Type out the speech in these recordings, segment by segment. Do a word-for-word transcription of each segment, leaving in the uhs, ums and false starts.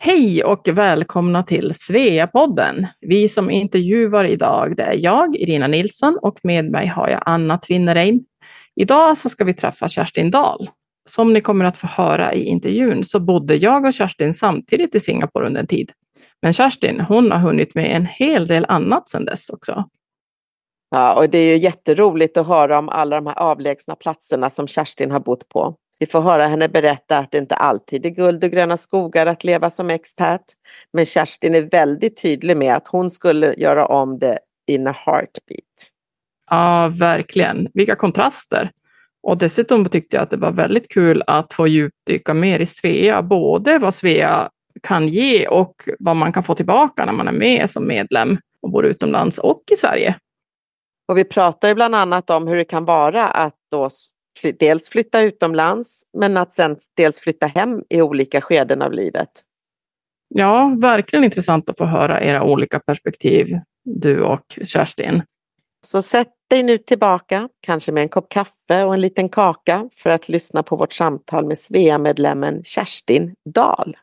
Hej och välkomna till Svea-podden. Vi som intervjuar idag, det är jag, Irina Nilsson, och med mig har jag Anna Tvinnereim. Idag så ska vi träffa Kerstin Dahl. Som ni kommer att få höra i intervjun så bodde jag och Kerstin samtidigt i Singapore under en tid. Men Kerstin, hon har hunnit med en hel del annat sedan dess också. Ja, och det är ju jätteroligt att höra om alla de här avlägsna platserna som Kerstin har bott på. Vi får höra henne berätta att det inte alltid är guld och gröna skogar att leva som expat. Men Kerstin är väldigt tydlig med att hon skulle göra om det in a heartbeat. Ja, verkligen. Vilka kontraster. Och dessutom tyckte jag att det var väldigt kul att få djupdyka mer i Svea. Både vad Svea kan ge och vad man kan få tillbaka när man är med som medlem och bor utomlands och i Sverige. Och vi pratar ju bland annat om hur det kan vara att då dels flytta utomlands men att sen dels flytta hem i olika skeden av livet. Ja, verkligen intressant att få höra era olika perspektiv, du och Kerstin. Så sätt dig nu tillbaka, kanske med en kopp kaffe och en liten kaka för att lyssna på vårt samtal med Svea-medlemmen Kerstin Dahl.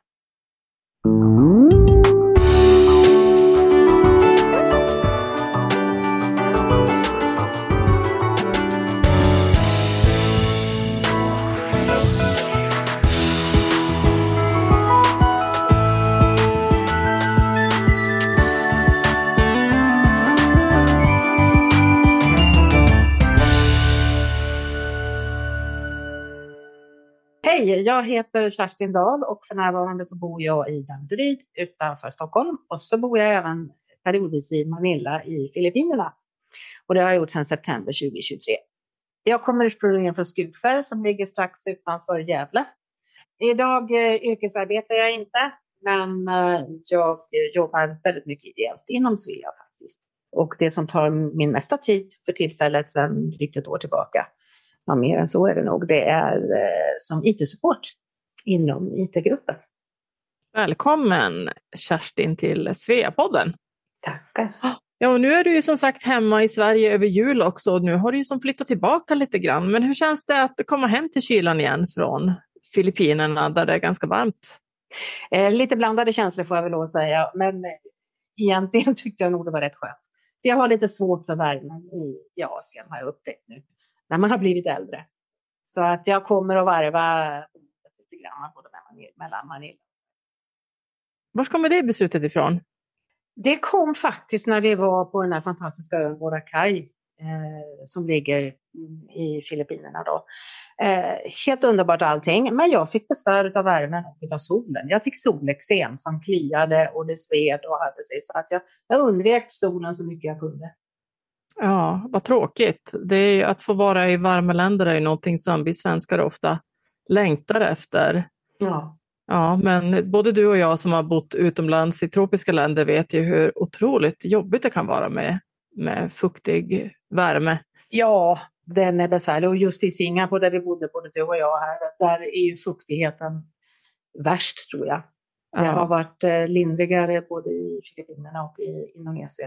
Hej, jag heter Kerstin Dahl och för närvarande så bor jag i Danderyd utanför Stockholm och så bor jag även periodvis i Manila i Filippinerna. Och det har jag gjort sedan september tjugohundratjugotre. Jag kommer ursprungligen från Skutskär som ligger strax utanför Gävle. Idag eh, yrkesarbetar jag inte, men eh, jag jobbar väldigt mycket ideellt inom Svea faktiskt. Och det som tar min mesta tid för tillfället sedan drygt ett år tillbaka, ja, mer än så är det nog, det är eh, som I T-support inom I T-gruppen. Välkommen Kerstin till Svea-podden. Tackar. Ja, och nu är du ju som sagt hemma i Sverige över jul också och nu har du ju som flyttat tillbaka lite grann. Men hur känns det att komma hem till kylan igen från Filippinerna där det är ganska varmt? Eh, lite blandade känslor får jag väl lov att säga, men eh, egentligen tyckte jag nog det var rätt skönt. Jag har lite svårt för värmen i, i Asien har jag upptäckt nu, när man har blivit äldre. Så att jag kommer att varva lite grann både mellan Manila. Var kommer det beslutet ifrån? Det kom faktiskt när vi var på den här fantastiska ön Boracay eh, som ligger i Filippinerna då. Eh, helt underbart allting, men jag fick besvär av värmen och av solen. Jag fick solexem som kliade och det sved och hade sig, så att jag, jag undvek solen så mycket jag kunde. Ja, vad tråkigt. Det är ju, att få vara i varma länder är ju någonting som vi svenskar ofta längtar efter. Ja. Ja, men både du och jag som har bott utomlands i tropiska länder vet ju hur otroligt jobbigt det kan vara med, med fuktig värme. Ja, den är besvärlig. Och just i Singapore där vi bodde, både du och jag här, där är ju fuktigheten värst tror jag. Det Ja. har varit lindrigare både i Filippinerna och i Indonesien.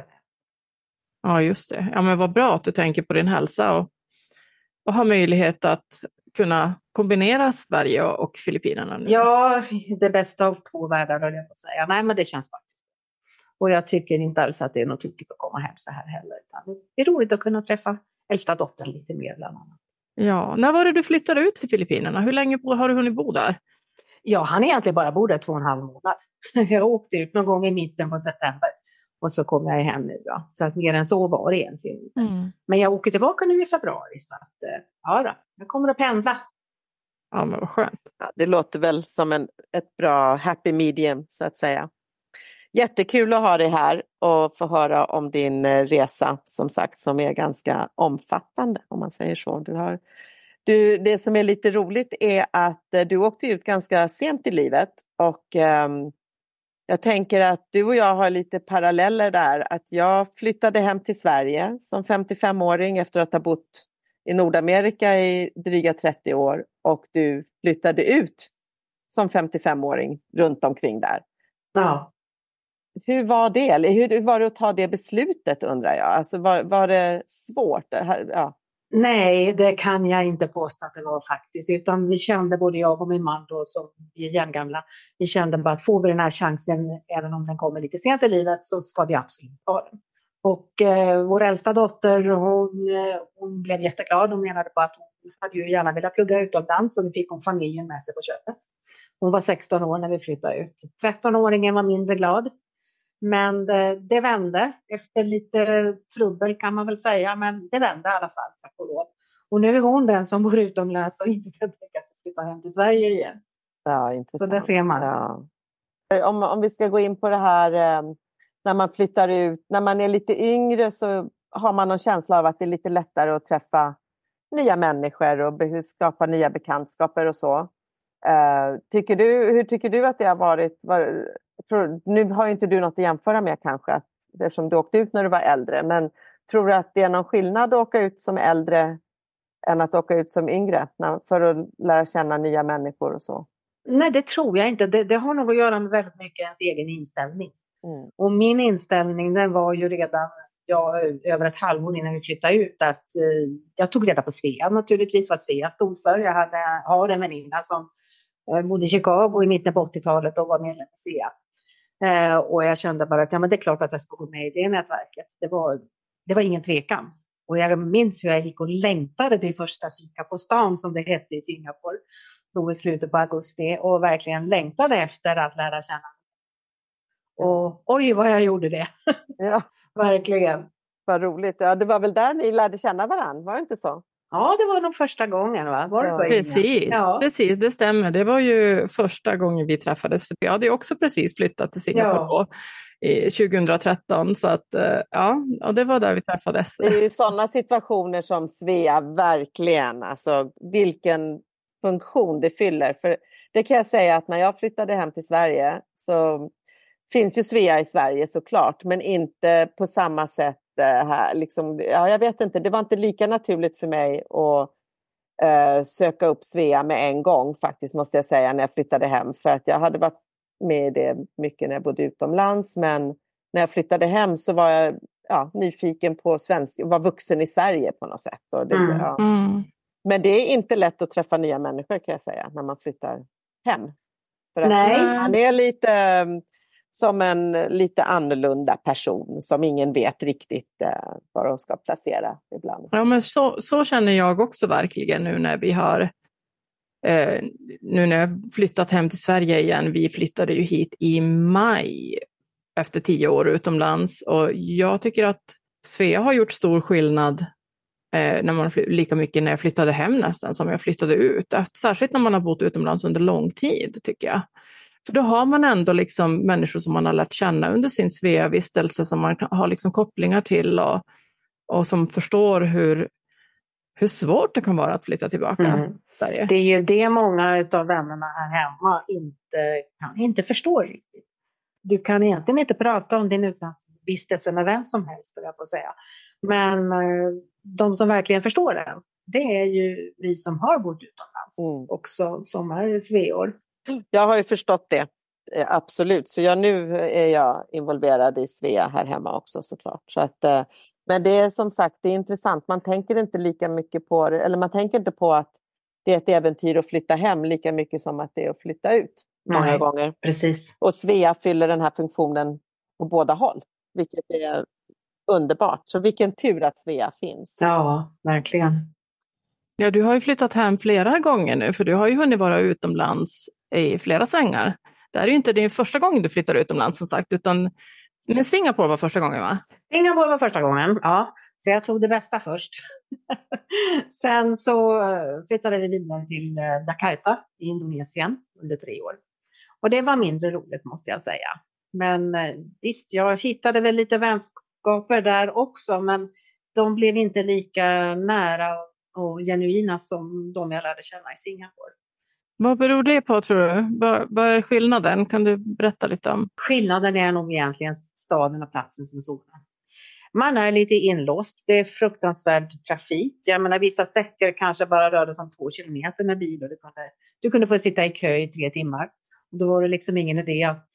Ja, just det. Ja, men vad bra att du tänker på din hälsa och, och har möjlighet att kunna kombinera Sverige och Filippinerna nu. Ja, det bästa av två världar vill jag säga. Nej, men det känns faktiskt. Och jag tycker inte alls att det är något tokigt att komma hem så här heller. Utan det är roligt att kunna träffa äldsta dottern lite mer bland annat. Ja, när var det du flyttade ut till Filippinerna? Hur länge har du hunnit bo där? Ja, han egentligen bara bodde två och en halv månad. Jag åkte ut någon gång i mitten på september. Och så kom jag hem nu då. Så att mer än så var det egentligen. Mm. Men jag åker tillbaka nu i februari. Så att, ja då, jag kommer att pendla. Ja, men vad skönt. Ja, det låter väl som en, ett bra happy medium så att säga. Jättekul att ha dig här och få höra om din resa som sagt som är ganska omfattande om man säger så. Du har, du, det som är lite roligt är att du åkte ut ganska sent i livet och um, jag tänker att du och jag har lite paralleller där. Att jag flyttade hem till Sverige som femtiofemåring efter att ha bott i Nordamerika i dryga trettio år. Och du flyttade ut som femtiofemåring runt omkring där. Ja. Hur var det? Eller hur var det att ta det beslutet undrar jag? Alltså var, var det svårt? Ja. Nej, det kan jag inte påstå att det var faktiskt. Utan vi kände, både jag och min man då, som är jämngamla, vi kände bara att får vi den här chansen, även om den kommer lite sent i livet, så ska vi absolut ha den. Och eh, vår äldsta dotter, hon, eh, hon blev jätteglad. Hon menade på att hon hade ju gärna velat plugga utomlands, och nu fick hon familjen med sig på köpet. Hon var sexton år när vi flyttade ut. tretton-åringen var mindre glad. Men det, det vände efter lite trubbel, kan man väl säga. Men det vände i alla fall, tack och lov. Och nu är hon den som bor utomlands och inte kan tänka sig flytta hem till Sverige igen. Ja, intressant. Så det ser man. Ja. Om, om vi ska gå in på det här, eh, när man flyttar ut, när man är lite yngre så har man någon känsla av att det är lite lättare att träffa nya människor och skapa nya bekantskaper och så. Uh, tycker du, hur tycker du att det har varit? Var, tror, nu har ju inte du något att jämföra med kanske, att, eftersom du åkte ut när du var äldre. Men tror du att det är någon skillnad att åka ut som äldre än att åka ut som yngre när, för att lära känna nya människor och så? Nej, det tror jag inte. Det, det har nog att göra med väldigt mycket ens egen inställning. Mm. Och min inställning, den var ju redan ja, över ett halvår innan vi flyttade ut, att eh, jag tog reda på Svea, naturligtvis vad Svea stod för. Jag hade, har en väninna som eh, bodde i Chicago i mitten på åttiotalet och var medlem i Svea. Eh, och jag kände bara att ja, men det är klart att jag ska gå med i det nätverket. Det var, det var ingen tvekan. Och jag minns hur jag gick och längtade till första fika på stan, som det hette i Singapore, då i slutet på augusti, och verkligen längtade efter att lära känna. Och oj vad jag gjorde det. Ja. Verkligen. Vad roligt. Ja, det var väl där ni lärde känna varandra, var det inte så? Ja, det var nog första gången, va? Var det ja. så? Precis, ja. precis, det stämmer. Det var ju första gången vi träffades. För jag hade ju också precis flyttat till Singapore ja. i tjugohundratretton. Så att, ja, och det var där vi träffades. Det är ju sådana situationer som Svea verkligen, alltså vilken funktion det fyller. För det kan jag säga att när jag flyttade hem till Sverige så finns ju Svea i Sverige såklart, men inte på samma sätt här. Liksom, ja, jag vet inte, det var inte lika naturligt för mig att uh, söka upp Svea med en gång faktiskt, måste jag säga, när jag flyttade hem. För att jag hade varit med i det mycket när jag bodde utomlands, men när jag flyttade hem så var jag ja, nyfiken på svensk, var vuxen i Sverige på något sätt. Och det, mm. ja. Mm. Men det är inte lätt att träffa nya människor, kan jag säga, när man flyttar hem. För att Nej. man är lite som en lite annorlunda person som ingen vet riktigt uh, var de ska placera ibland. Ja, men så, så känner jag också verkligen nu när vi har eh, nu när jag flyttat hem till Sverige igen. Vi flyttade ju hit i maj efter tio år utomlands, och jag tycker att Svea har gjort stor skillnad eh, när man fly- lika mycket när jag flyttade hem nästan som jag flyttade ut. Särskilt när man har bott utomlands under lång tid, tycker jag. För då har man ändå liksom människor som man har lärt känna under sin Svea-vistelse, som man har liksom kopplingar till, och, och som förstår hur, hur svårt det kan vara att flytta tillbaka mm. till Sverige. Det är ju det många av vännerna här hemma inte, kan, inte förstår riktigt. Du kan egentligen inte prata om din utlandsvistelse med vem som helst, jag på säga. Men eh, de som verkligen förstår det, det är ju vi som har bott utomlands mm. också, som är sveor. Jag har ju förstått det, absolut. Så jag, nu är jag involverad i Svea här hemma också, såklart. Så att, men det är som sagt, det är intressant. Man tänker inte lika mycket på det, eller man tänker inte på att det är ett äventyr att flytta hem lika mycket som att det är att flytta ut många Nej, gånger. Precis. Och Svea fyller den här funktionen på båda håll, vilket är underbart. Så vilken tur att Svea finns. Ja, verkligen. Ja, du har ju flyttat hem flera gånger nu, för du har ju hunnit vara utomlands i flera svängar. Det är ju inte din första gången du flyttar utomlands, som sagt, utan men Singapore var första gången, va? Singapore var första gången, ja. Så jag tog det bästa först. Sen så flyttade vi vidare till Jakarta i Indonesien under tre år. Och det var mindre roligt, måste jag säga. Men visst, jag hittade väl lite vänskaper där också, men de blev inte lika nära och genuina som de jag lärde känna i Singapore. Vad beror det på, tror du? Vad, vad är skillnaden? Kan du berätta lite om? Skillnaden är nog egentligen staden och platsen som sådan. Man är lite inlåst. Det är fruktansvärd trafik. Jag menar, vissa sträckor kanske bara rörde som två kilometer med bil. Och du, kunde, du kunde få sitta i kö i tre timmar. Då var det liksom ingen idé att,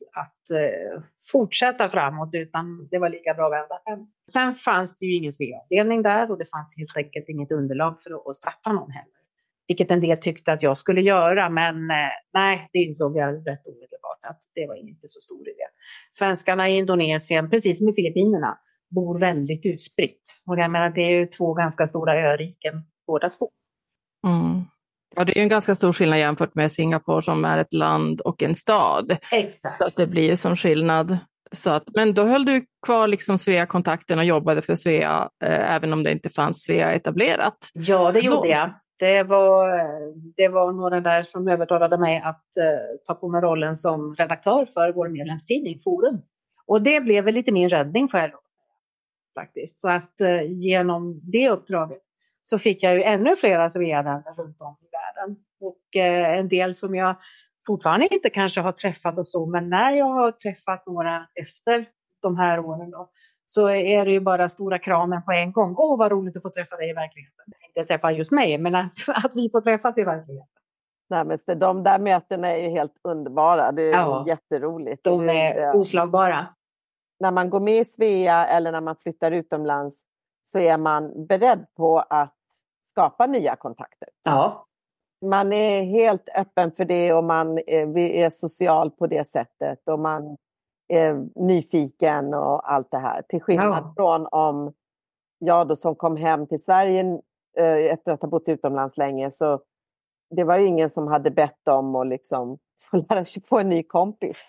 att eh, fortsätta framåt, utan det var lika bra att vända hem. Sen fanns det ju ingen Svea-avdelning där och det fanns helt enkelt inget underlag för att starta någon heller. Vilket en del tyckte att jag skulle göra, men eh, nej, det insåg jag rätt omedelbart att det var inte så stor idé. Svenskarna i Indonesien, precis som i Filippinerna, bor väldigt utspritt. Och jag menar, det är ju två ganska stora öriken båda två. Mm. Ja, det är ju en ganska stor skillnad jämfört med Singapore som är ett land och en stad. Exakt. Så att det blir ju som skillnad. Så att, men då höll du kvar liksom Svea-kontakten och jobbade för Svea eh, även om det inte fanns Svea etablerat. Ja, det gjorde då. jag. Det var, det var några där som övertalade mig att eh, ta på mig rollen som redaktör för vår medlemstidning Forum. Och det blev väl lite min räddning för er faktiskt. Så att eh, genom det uppdraget så fick jag ju ännu flera Svea-vänner runt om i världen. Och eh, en del som jag fortfarande inte kanske har träffat och så, men när jag har träffat några efter de här åren då, så är det ju bara stora kramen på en gång. Åh, vad roligt att få träffa dig i verkligheten. Inte träffa just mig, men att, att vi får träffas i verkligheten. Nej, men de där mötena är ju helt underbara. Det är ja, jätteroligt. De är det, oslagbara. När man går med i Svea eller när man flyttar utomlands så är man beredd på att skapa nya kontakter. Ja. Man är helt öppen för det och man är, är social på det sättet och man är nyfiken och allt det här. Till skillnad ja. från om jag då som kom hem till Sverige eh, efter att ha bott utomlands länge, så det var ju ingen som hade bett om att liksom få lära sig få en ny kompis.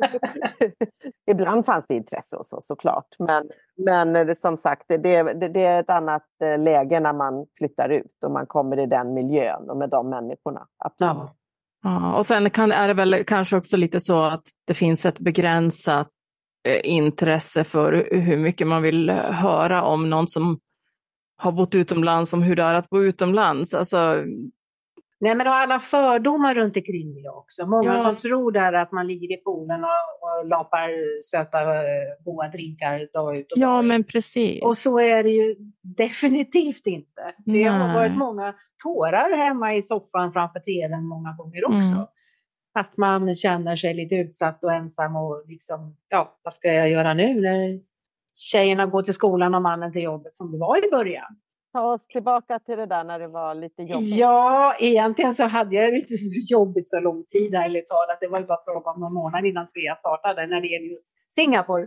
Ibland fanns det intresse och så såklart. Men, men det, som sagt, det, det, det är ett annat läge när man flyttar ut och man kommer i den miljön och med de människorna. Absolut. Ja. Ja, och sen kan, är det väl kanske också lite så att det finns ett begränsat eh, intresse för hur mycket man vill höra om någon som har bott utomlands, om hur det är att bo utomlands. Alltså... Nej, men då har alla fördomar runt omkring det också. Många ja. som tror där att man ligger i poolen och, och lapar söta goda drinkar dag ut och Ja, dag. men precis. Och så är det ju definitivt inte. Det Nej. har varit många tårar hemma i soffan framför tvn många gånger också. Mm. Att man känner sig lite utsatt och ensam och liksom, ja, vad ska jag göra nu när tjejerna går till skolan och mannen till jobbet som det var i början. Ta oss tillbaka till det där när det var lite jobbigt. Ja, egentligen så hade jag inte så jobbigt så lång tid här i talet. Det var ju bara fråga om någon månad innan Svea startade när det gäller just Singapore.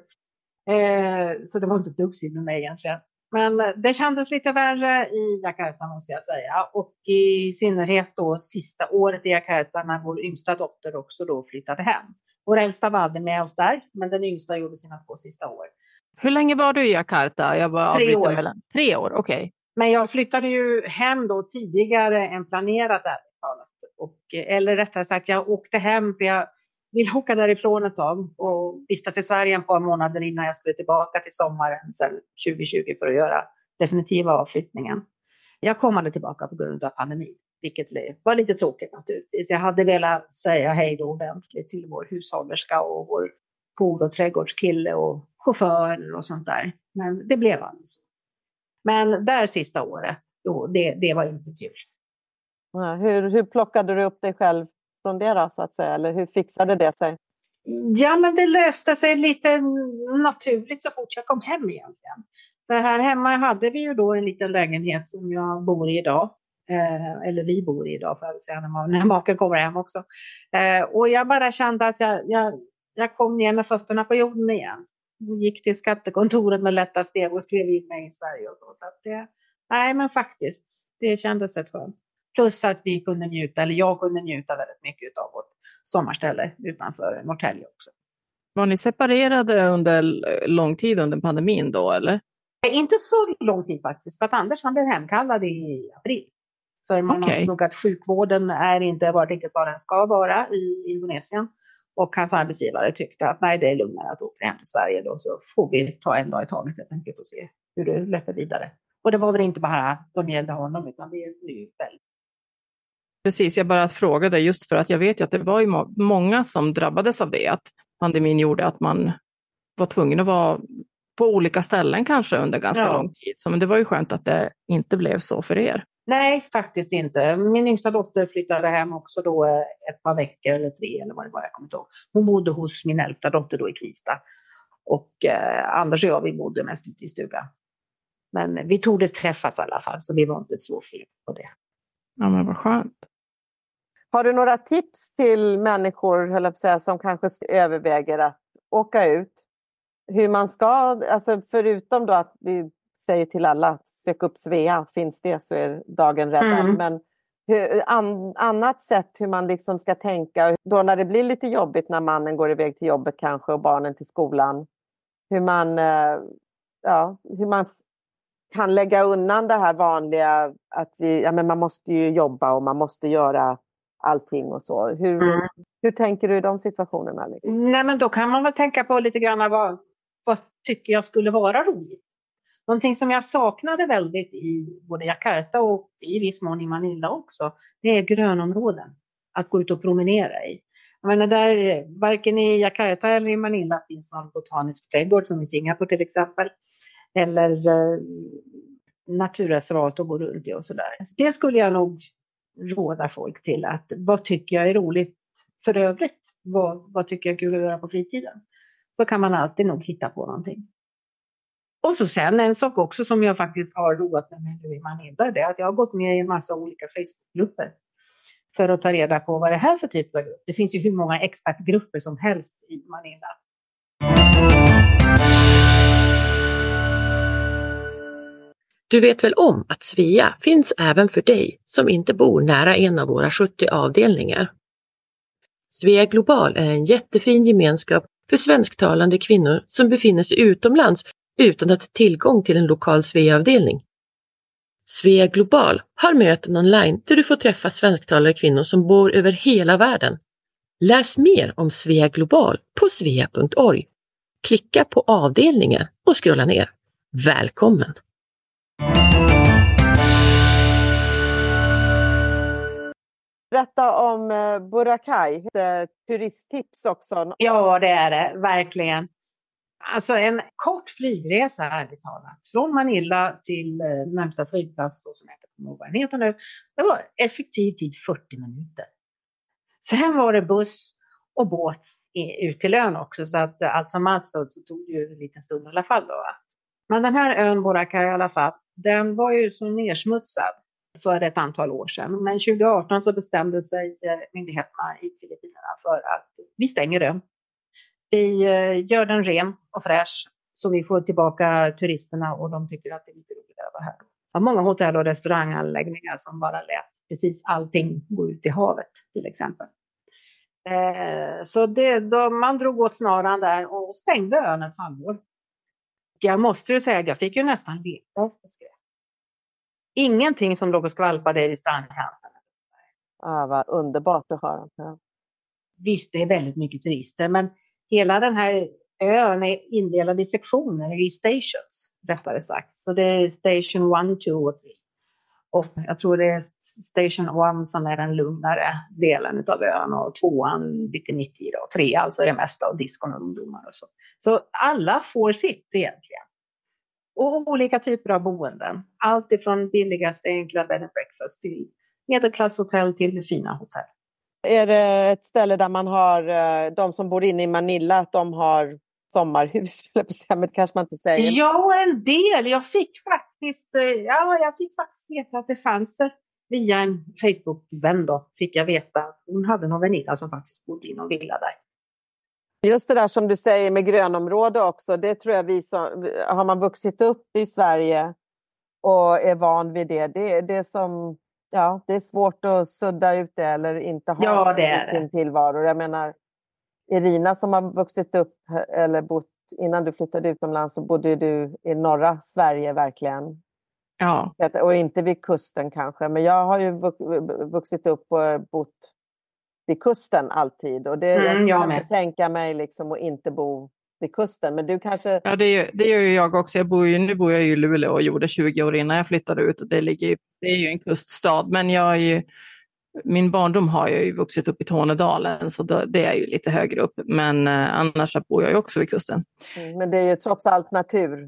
Eh, så det var inte ett dugg synd med mig egentligen. Men det kändes lite värre i Jakarta måste jag säga. Och i synnerhet då sista året i Jakarta när vår yngsta dotter också då flyttade hem. Vår äldsta var aldrig med oss där, men den yngsta gjorde sina två sista år. Hur länge var du i Jakarta? Jag var Tre år. Mellan. Tre år, okej. Okay. Men jag flyttade ju hem då tidigare än planerat där. Och, eller rättare sagt, jag åkte hem för jag vill åka därifrån ett tag och vistas i Sverige ett par månader innan jag skulle tillbaka till sommaren sen tjugo tjugo för att göra definitiva avflyttningen. Jag kom aldrig tillbaka på grund av pandemin, vilket var lite tråkigt naturligtvis. Jag hade velat säga hej då ordentligt till vår hushållerska och vår pool- och trädgårdskille och chaufför och sånt där. Men det blev aldrig så. Men där sista året, då, det, det var inte kul. Ja, hur, hur plockade du upp dig själv från det då, så att säga? Eller hur fixade det sig? Ja, men det löste sig lite naturligt så fort jag kom hem egentligen. För här hemma hade vi ju då en liten lägenhet som jag bor i idag. Eh, eller vi bor i idag, för att säga, när, när maken kommer hem också. Eh, och jag bara kände att jag, jag, jag kom ner med fötterna på jorden igen. Gick till skattekontoret med lätta steg och skrev in mig i Sverige och så. Så att det, nej men faktiskt, det kändes rätt skönt. Plus att vi kunde njuta, eller jag kunde njuta väldigt mycket av vårt sommarställe utanför Norrtälje också. Var ni separerade under lång tid under pandemin då, eller? Inte så lång tid faktiskt, för att Anders han blev hemkallad i april. För man okay. ansåg att sjukvården är inte var riktigt vad den ska vara i Indonesien. Och hans arbetsgivare tyckte att nej, det är lugnare att åka hem till Sverige då, så får vi ta en dag i taget helt enkelt och se hur det löper vidare. Och det var väl inte bara de gällde honom, utan det är nu väl. Precis, jag bara frågade just för att jag vet ju att det var ju må- många som drabbades av det, att pandemin gjorde att man var tvungen att vara på olika ställen kanske under ganska ja. lång tid. Så men det var ju skönt att det inte blev så för er. Nej, faktiskt inte. Min yngsta dotter flyttade hem också då ett par veckor eller tre eller vad det var, jag kommer inte ihåg. Hon bodde hos min äldsta dotter då i Kvista. Och eh, Anders och jag, vi bodde mest ute i stugan. Men vi tog det träffas i alla fall, så vi var inte så fel på det. Ja, men vad skönt. Har du några tips till människor, höll jag på att säga, som kanske överväger att åka ut? Hur man ska, alltså förutom då att vi säger till alla, sök upp Svea, finns det så är dagen räddad. Mm. Men hur, an, annat sätt hur man liksom ska tänka, då när det blir lite jobbigt när mannen går iväg till jobbet kanske och barnen till skolan. Hur man, ja, hur man kan lägga undan det här vanliga att vi, ja, men man måste ju jobba och man måste göra allting och så. Hur, mm. hur tänker du i de situationerna? Nej, men då kan man väl tänka på lite grann vad, vad tycker jag skulle vara roligt. Någonting som jag saknade väldigt i både Jakarta och i viss mån i Manila också, det är grönområden att gå ut och promenera i. Jag menar där, varken i Jakarta eller i Manila finns någon botanisk trädgård som i Singapore till exempel. Eller eh, naturreservat att gå runt i och sådär. Det skulle jag nog råda folk till. Att, vad tycker jag är roligt för övrigt? Vad, vad tycker jag är kul att göra på fritiden? Så kan man alltid nog hitta på någonting. Och så sen en sak också som jag faktiskt har roat mig med nu i Manila. Det är att jag har gått med i en massa olika Facebookgrupper. För att ta reda på vad det är här för typ av grupp. Det finns ju hur många expertgrupper som helst i Manila. Du vet väl om att Svea finns även för dig som inte bor nära en av våra sjuttio avdelningar. Svea Global är en jättefin gemenskap för svensktalande kvinnor som befinner sig utomlands utan att ha tillgång till en lokal Svea-avdelning. Svea Global har möten online där du får träffa svensktalande kvinnor som bor över hela världen. Läs mer om Svea Global på svea punkt org. Klicka på avdelningar och scrolla ner. Välkommen! Berätta om Boracay, turisttips också. Ja, det är det, verkligen. Alltså en kort flygresa, ärligt talat, från Manila till eh, närmsta flygplats då, som jag inte kommer ihåg vad den heter nu. Det var effektiv tid fyrtio minuter. Sen var det buss och båt i, ut till ön också, så att allt som allt så, så tog det ju en liten stund i alla fall då. Men den här ön Boracay i alla fall, den var ju så nersmutsad för ett antal år sedan. Men tjugo arton så bestämde sig myndigheterna i Filippinerna för att vi stänger ön. Vi gör den ren och fräsch så vi får tillbaka turisterna och de tycker att det är lite roligt att vara här. Det var många hotell- och restauranganläggningar som bara lät precis allting gå ut i havet till exempel. Så det, då man drog åt snaran där och stängde ön ett halvår. Jag måste ju säga att jag fick ju nästan leta efter skräp. Ingenting som låg och skvalpade i strandkanten. Ah, vad underbart att höra. Ja. Visst, det är väldigt mycket turister, men hela den här ön är indelad i sektioner, i stations, rättare sagt. Så det är station one, two och three. Och jag tror det är station one som är den lugnare delen av ön och tvåan lite nittigare och tre alltså är det mesta av diskon och ungdomar och så. Så alla får sitt egentligen. Och olika typer av boenden. Allt ifrån billigaste enkla bed and breakfast till medelklasshotell till fina hotell. Är det ett ställe där man har, de som bor inne i Manila, att de har sommarhus? Men kanske man inte säger. Ja, en del. Jag fick faktiskt, ja, jag fick faktiskt veta att det fanns via en Facebook-vän då. Fick jag veta att hon hade någon väninna som faktiskt bodde i någon villa där. Just det där som du säger med grönområde också, det tror jag vi som, har man vuxit upp i Sverige och är van vid det, det är det som, ja, det är svårt att sudda ut det eller inte ha ja, det är sin tillvaro. Jag menar, Irina som har vuxit upp eller bott, innan du flyttade utomlands så bodde du i norra Sverige verkligen. Ja. Och inte vid kusten kanske, men jag har ju vuxit upp och bott vid kusten alltid. Och det, mm, jag kan inte tänka mig liksom att inte bo vid kusten. Men du kanske... Ja, det, är, det gör ju jag också. Jag bor ju, nu bor jag i Luleå och gjorde tjugo år innan jag flyttade ut. Och det, ligger ju, det är ju en kuststad. Men jag är ju min barndom har jag ju vuxit upp i Tornedalen, så det är ju lite högre upp. Men eh, annars bor jag ju också vid kusten. Mm, men det är ju trots allt natur.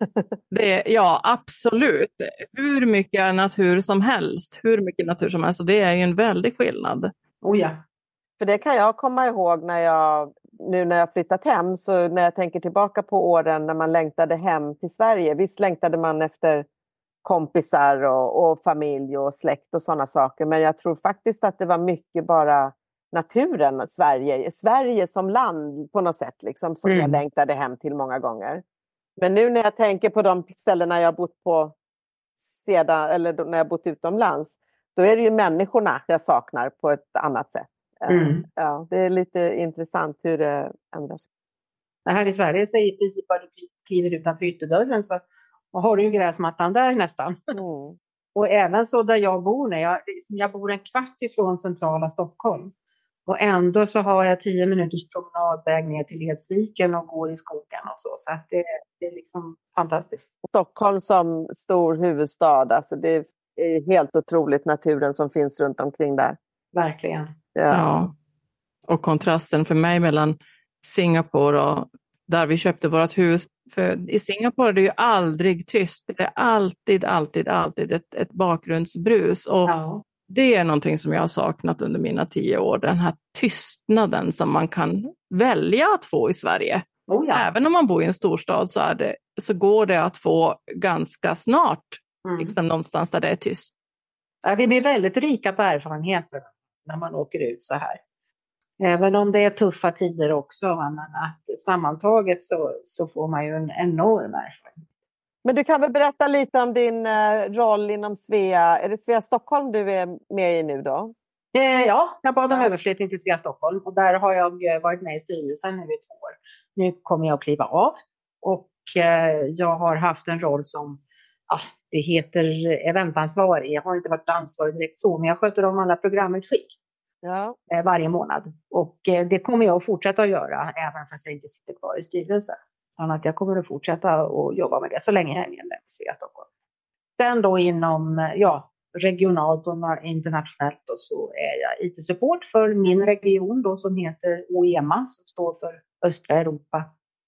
Det, ja, absolut. Hur mycket natur som helst. Hur mycket natur som helst. Och det är ju en väldig skillnad. Oh ja. För det kan jag komma ihåg när jag, nu när jag flyttat hem, så när jag tänker tillbaka på åren när man längtade hem till Sverige. Visst längtade man efter kompisar och, och familj och släkt och sådana saker. Men jag tror faktiskt att det var mycket bara naturen, Sverige, Sverige som land på något sätt liksom, som mm. jag längtade hem till många gånger. Men nu när jag tänker på de ställena jag bott på sedan, eller när jag bott utomlands, då är det ju människorna jag saknar på ett annat sätt. Mm. Ja, det är lite intressant hur det ändrar sig. Här i Sverige så är i princip bara du kliver utanför ytterdörren så och har du ju gräsmattan där nästan. Mm. Och även så där jag bor, när jag, jag bor en kvart ifrån centrala Stockholm. Och ändå så har jag tio minuters promenadväg ner till Edsviken och går i skogen och så. Så att det, det är liksom fantastiskt. Stockholm som stor huvudstad, alltså det är helt otroligt naturen som finns runt omkring där. Verkligen. Ja. ja. Och kontrasten för mig mellan Singapore och där vi köpte vårt hus. För i Singapore är det ju aldrig tyst. Det är alltid, alltid, alltid ett, ett bakgrundsbrus. Och ja. Det är någonting som jag har saknat under mina tio år. Den här tystnaden som man kan välja att få i Sverige. Oh ja. Även om man bor i en storstad så, är det, så går det att få ganska snart. Mm. Liksom någonstans där det är tyst. Ja, vi blir väldigt rika på erfarenheter när man åker ut så här. Även om det är tuffa tider också. Men att sammantaget så, så får man ju en enorm erfarenhet. Men du kan väl berätta lite om din uh, roll inom Svea. Är det Svea Stockholm du är med i nu då? Eh, ja, jag bad om ja. överflyttning till Svea Stockholm. Och där har jag varit med i styrelsen nu i två år. Nu kommer jag att kliva av. Och eh, jag har haft en roll som, ah, det heter eventansvarig. Jag har inte varit ansvarig direkt så, men jag sköter om alla programutskick. Ja. Eh, varje månad. Och eh, det kommer jag att fortsätta att göra, även fast jag inte sitter kvar i styrelsen. Att jag kommer att fortsätta att jobba med det så länge jag är med i Svea Stockholm. Sen då inom ja, regionalt och internationellt och så är jag I T-support för min region då som heter O E M A som står för östra Europa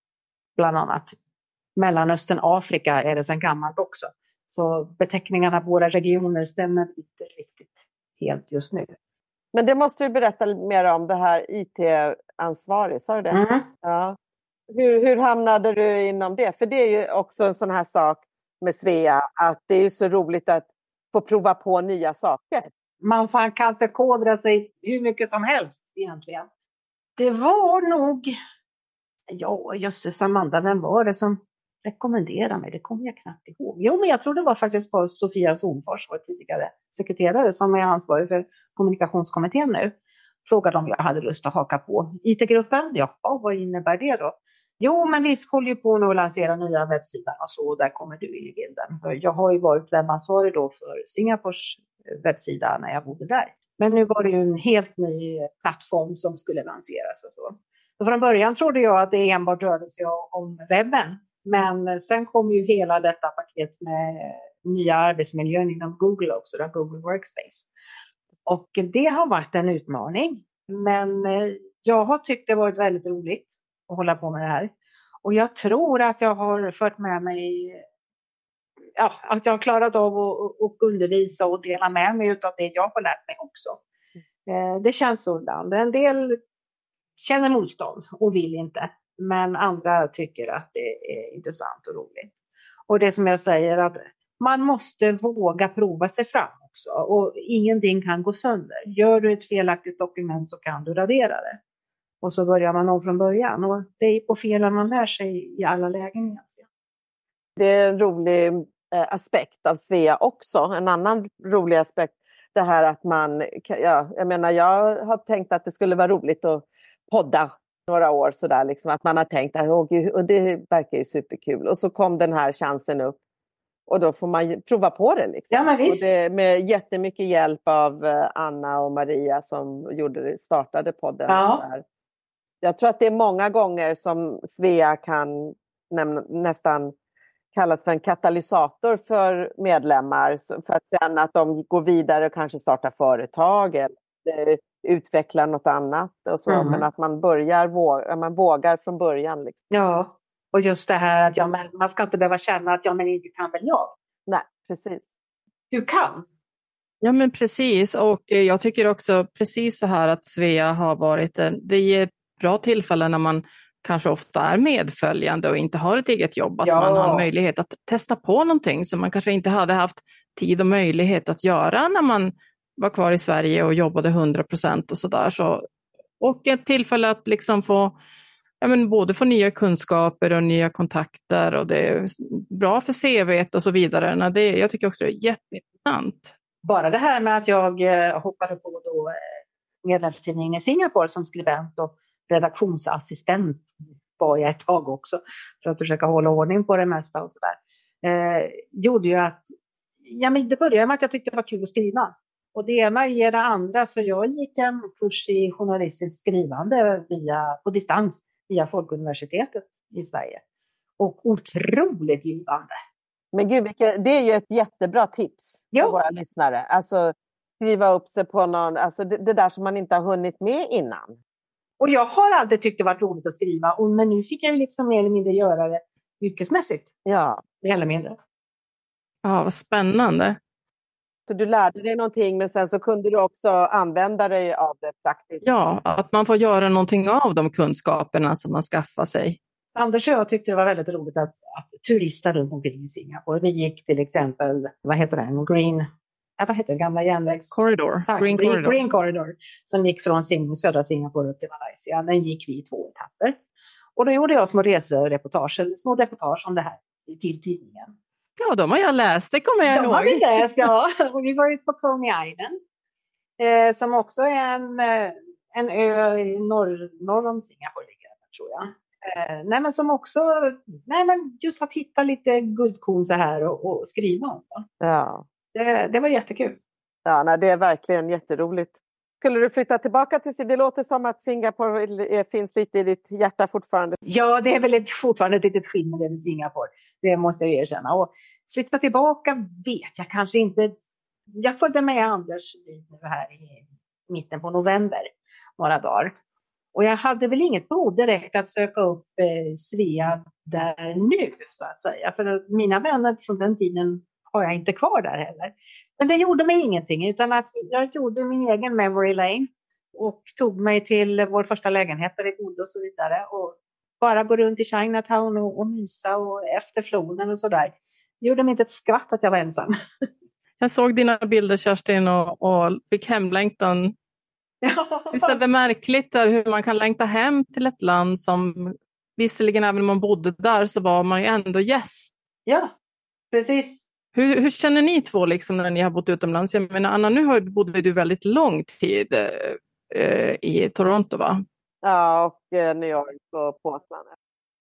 bland annat. Mellanöstern, Afrika är det sedan gammalt också. Så beteckningarna på våra regioner stämmer inte riktigt helt just nu. Men det måste du berätta mer om, det här I T-ansvarig, sa du det? Mm. Ja. Hur, hur hamnade du inom det? För det är ju också en sån här sak med Svea, att det är ju så roligt att få prova på nya saker. Man fan kan inte kodra sig hur mycket som helst egentligen. Det var nog, ja jösses Amanda, vem var det som rekommenderade mig? Det kommer jag knappt ihåg. Jo, men jag tror det var faktiskt på Sofia Solfors, vår tidigare sekreterare som är ansvarig för kommunikationskommittén nu. Frågade om jag hade lust att haka på I T-gruppen. Ja, vad innebär det då? Jo, men vi håller ju på nu att lansera nya webbsidan och så, och där kommer du in i bilden. Jag har ju varit webbansvarig då för Singapores webbsida när jag bodde där. Men nu var det ju en helt ny plattform som skulle lanseras och så. Så från början trodde jag att det enbart rörde sig om webben. Men sen kom ju hela detta paket med nya arbetsmiljön inom Google också, då, Google Workspace. Och det har varit en utmaning. Men jag har tyckt det varit väldigt roligt att hålla på med det här. Och jag tror att jag har fört med mig, ja, att jag har klarat av att, att undervisa och dela med mig av det jag har lärt mig också. Mm. Det känns så ibland. En del känner motstånd och vill inte. Men andra tycker att det är intressant och roligt. Och det som jag säger, att man måste våga prova sig fram också. Och ingenting kan gå sönder. Gör du ett felaktigt dokument så kan du radera det. Och så börjar man om från början. Och det är på felen man lär sig i alla lägen egentligen. Det är en rolig eh, aspekt av Svea också. En annan rolig aspekt. Det här att man, ja, jag menar jag har tänkt att det skulle vara roligt att podda några år sådär. Liksom, att man har tänkt att åh, gud, och det verkar ju superkul. Och så kom den här chansen upp. Och då får man prova på det. Liksom. Ja, men visst. Och det med jättemycket hjälp av Anna och Maria som gjorde, startade podden. Ja. Så jag tror att det är många gånger som Svea kan näm- nästan kallas för en katalysator för medlemmar för att sen att de går vidare och kanske startar företag eller utvecklar något annat och så, mm. men att man börjar våga, man vågar från början. Liksom. Ja, och just det här att ja, men man ska inte behöva känna att ja, men inte kan väl jag. Nej, precis. Du kan. Ja, men precis. Och jag tycker också precis så här att Svea har varit en, det är ett bra tillfälle när man kanske ofta är medföljande och inte har ett eget jobb. Att ja. man har möjlighet att testa på någonting som man kanske inte hade haft tid och möjlighet att göra när man var kvar i Sverige och jobbade hundra procent och sådär. Så, och ett tillfälle att liksom få, ja, men både få nya kunskaper och nya kontakter och det är bra för C V:t och så vidare. Det, jag tycker också det är jätteintressant. Bara det här med att jag hoppade på då medlemstidningen i Singapore som skribent och redaktionsassistent var jag ett tag också för att försöka hålla ordning på det mesta och sådär. Eh, gjorde ju att, ja men det började med att jag tyckte det var kul att skriva. Och det ena ger det andra, så jag gick en kurs i journalistiskt skrivande via, på distans via Folkuniversitetet i Sverige. Och otroligt givande. Men gud, det är ju ett jättebra tips för jo. våra lyssnare. Alltså skriva upp sig på någon, alltså det, det där som man inte har hunnit med innan. Och jag har alltid tyckt det varit roligt att skriva, och, men nu fick jag ju liksom mer eller mindre göra det yrkesmässigt. Ja. Mer eller mindre. Ja, vad spännande. Så du lärde dig någonting, men sen så kunde du också använda dig av det praktiskt. Ja, att man får göra någonting av de kunskaperna som man skaffar sig. Anders och jag tyckte det var väldigt roligt att, att turista runt omkring i Singapore. Vi gick till exempel, vad heter det, Green, ja, vad heter det, gamla järnvägs... Corridor. Tack, Green, Green Corridor. Green Corridor, som gick från Sing- södra Singapore upp till Malaysia. Den gick vi i två etapper. Och då gjorde jag små resereportage, eller små reportage om det här till tidningen. Ja, de har jag läst, det kommer jag de ihåg. De har vi läst, ja. Och vi var ute på Coney Island, eh, som också är en, en ö i norr, norr om Singapore, tror jag. Eh, nej, men som också, nej, men just att hitta lite guldkorn så här och, och skriva om det. Ja. Det, det var jättekul. Ja, nej, det är verkligen jätteroligt. Skulle du flytta tillbaka till Singapore? Det låter som att Singapore finns lite i ditt hjärta fortfarande. Ja, det är väl ett, fortfarande ett litet skimmer över Singapore. Det måste jag erkänna. Och flytta tillbaka vet jag kanske inte. Jag följde med Anders här i mitten på november, några dagar. Och jag hade väl inget behov direkt att söka upp eh, Svea där nu, så att säga. För mina vänner från den tiden har jag inte kvar där heller. Men det gjorde mig ingenting, utan att jag gjorde min egen memory lane och tog mig till vår första lägenhet där vi bodde och så vidare. Och bara gå runt i Chinatown och, och mysa och efter floden och sådär. Det gjorde mig inte ett skvatt att jag var ensam. Jag såg dina bilder, Kerstin, och, och fick hemlängtan. Visst är det märkligt hur man kan längta hem till ett land som visserligen även om man bodde där så var man ju ändå gäst. Ja, precis. Hur, hur känner ni två liksom när ni har bott utomlands? Jag menar, Anna, nu har, bodde du väldigt lång tid eh, i Toronto, va? Ja, och eh, New York och Portland.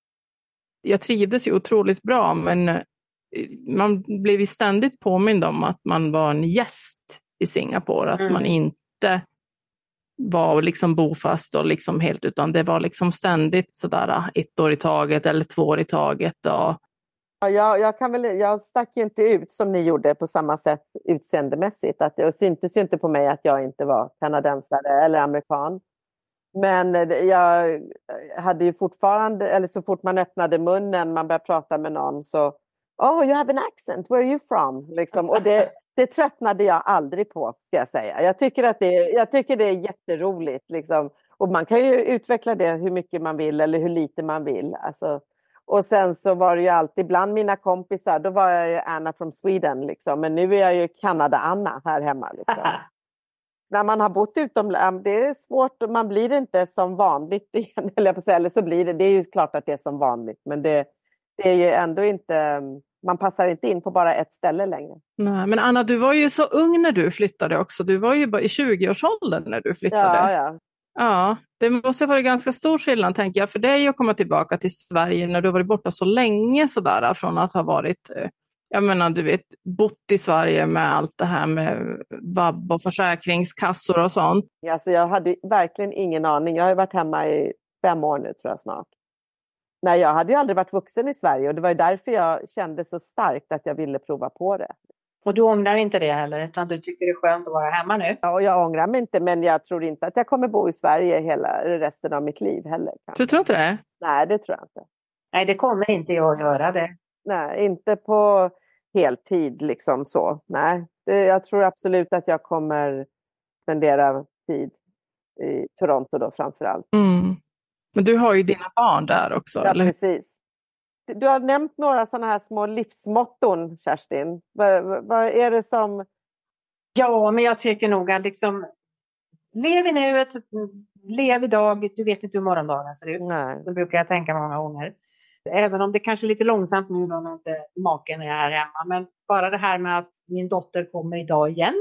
Jag trivdes ju otroligt bra, men eh, man blev ju ständigt påmind om att man var en gäst i Singapore. Att mm. man inte var liksom bofast och liksom helt, utan det var liksom ständigt sådär ett år i taget eller två år i taget. Och... Ja, jag, jag, kan väl, jag stack ju inte ut som ni gjorde på samma sätt utseendemässigt. Att det syntes ju inte på mig att jag inte var kanadensare eller amerikan. Men jag hade ju fortfarande, eller så fort man öppnade munnen, man började prata med någon så oh, you have an accent, where are you from? Liksom. Och det, det tröttnade jag aldrig på, ska jag säga. Jag tycker att det, jag tycker det är jätteroligt. Liksom. Och man kan ju utveckla det hur mycket man vill eller hur lite man vill. Alltså, och sen så var det ju alltid, bland mina kompisar, då var jag ju Anna from Sweden. Liksom. Men nu är jag ju Kanada-Anna här hemma. Liksom. När man har bott utomlands, det är svårt, man blir inte som vanligt igen, eller, på sig, eller så blir det, det är ju klart att det är som vanligt, men det, det är ju ändå inte, man passar inte in på bara ett ställe längre. Nej, men Anna, du var ju så ung när du flyttade också, du var ju bara i tjugoårsåldern när du flyttade. Ja, ja. Ja, det måste vara ganska stor skillnad, tänker jag, för dig att komma tillbaka till Sverige när du varit borta så länge sådär, från att ha varit... Jag menar, du vet, bott i Sverige med allt det här med vab och försäkringskassor och sånt. Alltså jag hade verkligen ingen aning. Jag har ju varit hemma i fem år nu, tror jag snart. Nej, jag hade ju aldrig varit vuxen i Sverige och det var ju därför jag kände så starkt att jag ville prova på det. Och du ångrar inte det heller, utan du tycker det är skönt att vara hemma nu? Ja, och jag ångrar mig inte, men jag tror inte att jag kommer bo i Sverige hela resten av mitt liv heller. Kanske. Du tror inte det? Nej, det tror jag inte. Nej, det kommer inte jag att göra det. Nej, inte på heltid liksom så. Nej, det, jag tror absolut att jag kommer spendera tid i Toronto då framförallt. Mm. Men du har ju dina barn där också, Ja, eller? precis. Du har nämnt några sådana här små livsmotton, Kerstin. Vad, vad är det som... Ja, men jag tycker nog att liksom... Lev i nuet, lev idag. Du vet inte hur morgondagen ser ut. Nej. Det brukar jag tänka många gånger. Även om det kanske är lite långsamt nu då när inte maken är här hemma. Men bara det här med att min dotter kommer idag igen.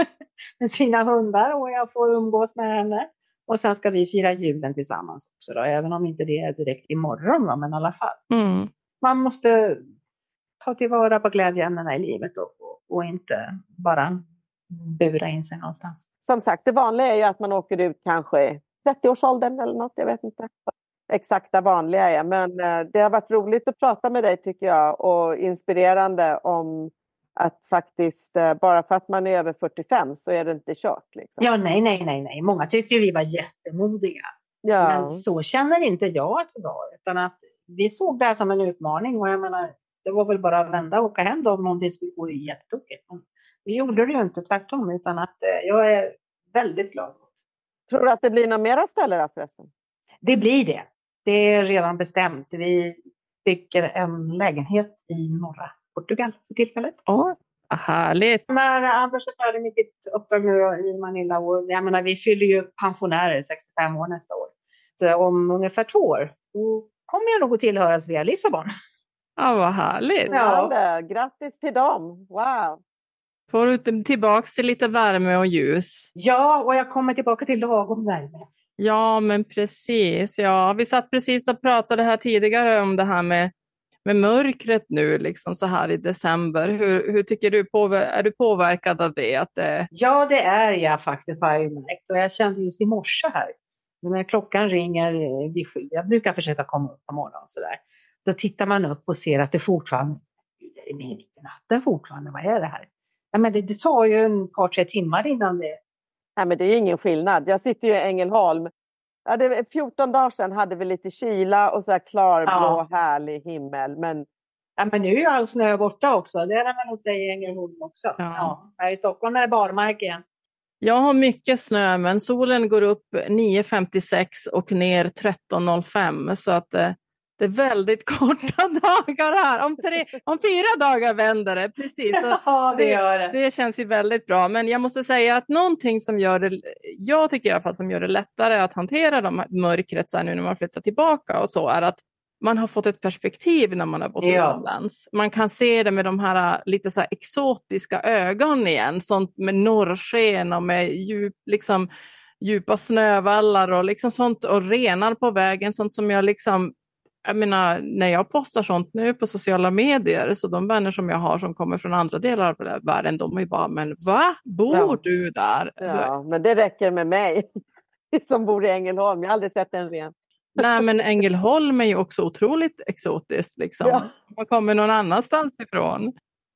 Med sina hundar och jag får umgås med henne. Och sen ska vi fira julen tillsammans också då. Även om inte det är direkt imorgon då, men i alla fall. Mm. Man måste ta tillvara på glädjeämnena i livet och, och, och inte bara bura in sig någonstans. Som sagt, det vanliga är ju att man åker ut kanske i trettioårsåldern eller något, jag vet inte. Exakta vanliga är, men det har varit roligt att prata med dig tycker jag och inspirerande om att faktiskt bara för att man är över fyrtiofem så är det inte kört. Liksom. Ja, nej, nej, nej, nej. Många tyckte vi var jättemodiga. Ja. Men så känner inte jag att vi var, utan att vi såg det här som en utmaning och jag menar, det var väl bara att vända och åka hem då om någonting skulle gå jättetokigt. Men vi gjorde det ju inte tvärtom, utan att jag är väldigt glad. Tror du att det blir några mera ställen då förresten? Det blir det. Det är redan bestämt. Vi bygger en lägenhet i norra Portugal för tillfället. Åh, härligt. När Anders är färdig med sitt uppdrag nu i Manila, och jag menar, vi fyller ju pensionärer sextiofem år nästa år. Så om ungefär två år då kommer jag nog att tillhöra Svea Lissabon. Ja, vad härligt. Ja. Grattis till dem. Wow. Får du tillbaka till lite värme och ljus? Ja, och jag kommer tillbaka till lagom värme. Ja, men precis. Ja, vi satt precis och pratade här tidigare om det här med, med mörkret nu, liksom så här i december. Hur, hur tycker du, är du påverkad av det? Att det... Ja, det är jag faktiskt, har jag märkt. Och jag kände just i morse här, när klockan ringer vid sju, jag brukar försöka komma upp på morgonen och sådär. Då tittar man upp och ser att det fortfarande är mitt i natten fortfarande. Vad är det här? Ja, men det, det tar ju en par, tre timmar innan det... Nej, men det är ingen skillnad. Jag sitter ju i Ängelholm. Ja, det, fjorton dagar sedan hade vi lite kyla och så här klarblå, ja. Härlig himmel. Men... Ja, men nu är ju all snö borta också. Det är det väl hos dig i Ängelholm också. Ja. Ja, här i Stockholm är det barmark igen. Jag har mycket snö, men solen går upp nio femtiosex och ner tretton noll fem. Så att eh, det är väldigt korta dagar här. Om, tre, om fyra dagar vänder det, precis. Så, ja, det gör det. Det känns ju väldigt bra. Men jag måste säga att någonting som gör det, jag tycker i alla fall som gör det lättare att hantera de här mörkret så här nu när man flyttar tillbaka och så, är att man har fått ett perspektiv när man har bott ja. utomlands. Man kan se det med de här lite så här exotiska ögon igen. Sånt med norrsken och med djup, liksom, djupa snövallar och liksom sånt. Och renar på vägen. Sånt som jag liksom... Jag menar, när jag postar sånt nu på sociala medier, så de vänner som jag har som kommer från andra delar av världen, de är ju bara, men va? Bor ja. du där? Ja, men det räcker med mig som bor i Ängelholm. Jag har aldrig sett en ren. Nej, men Ängelholm är ju också otroligt exotiskt. Liksom. Ja. Man kommer någon annanstans ifrån.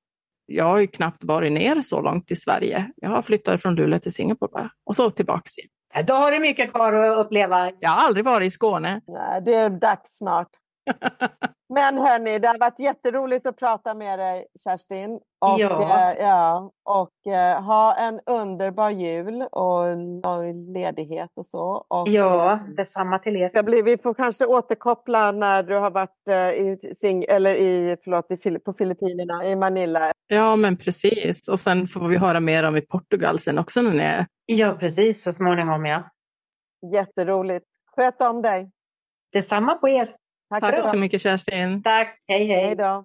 Jag har ju knappt varit ner så långt i Sverige. Jag har flyttat från Luleå till Singapore bara. Och så tillbaka igen. Då har du mycket kvar att uppleva. Jag har aldrig varit i Skåne. Nej, det är dags snart. Men hörni, det har varit jätteroligt att prata med dig, Kerstin. Och, ja. Eh, ja, och eh, ha en underbar jul och, och ledighet och så. Och, ja, detsamma till er. Det blir, vi får kanske återkoppla när du har varit eh, i, Sing, eller i, förlåt, i, på Filippinerna, i Manila. Ja, men precis. Och sen får vi höra mer om i Portugal sen också när ni är... Ja, precis. Så småningom, ja. Jätteroligt. Sköt om dig. Detsamma på er. Tack, Tack så mycket, Kerstin. Tack. Hej, hej. Hej då.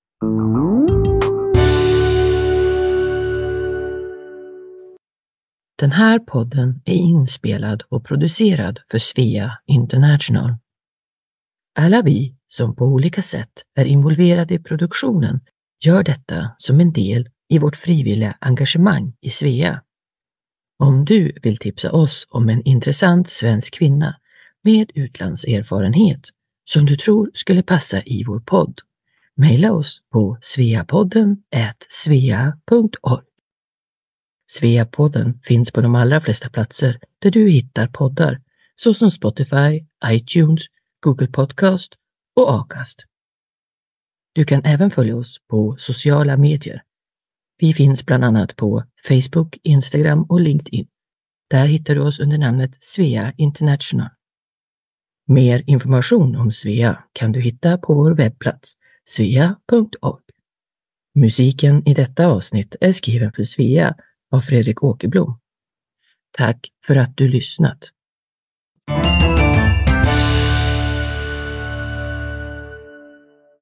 Den här podden är inspelad och producerad för Svea International. Alla vi som på olika sätt är involverade i produktionen gör detta som en del i vårt frivilliga engagemang i Svea. Om du vill tipsa oss om en intressant svensk kvinna med utlandserfarenhet som du tror skulle passa i vår podd. Maila oss på sveapodden at svea punkt org. Sveapodden finns på de allra flesta platser där du hittar poddar, såsom Spotify, iTunes, Google Podcast och Acast. Du kan även följa oss på sociala medier. Vi finns bland annat på Facebook, Instagram och LinkedIn. Där hittar du oss under namnet Svea International. Mer information om Svea kan du hitta på vår webbplats svea punkt org. Musiken i detta avsnitt är skriven för Svea av Fredrik Åkerblom. Tack för att du lyssnat.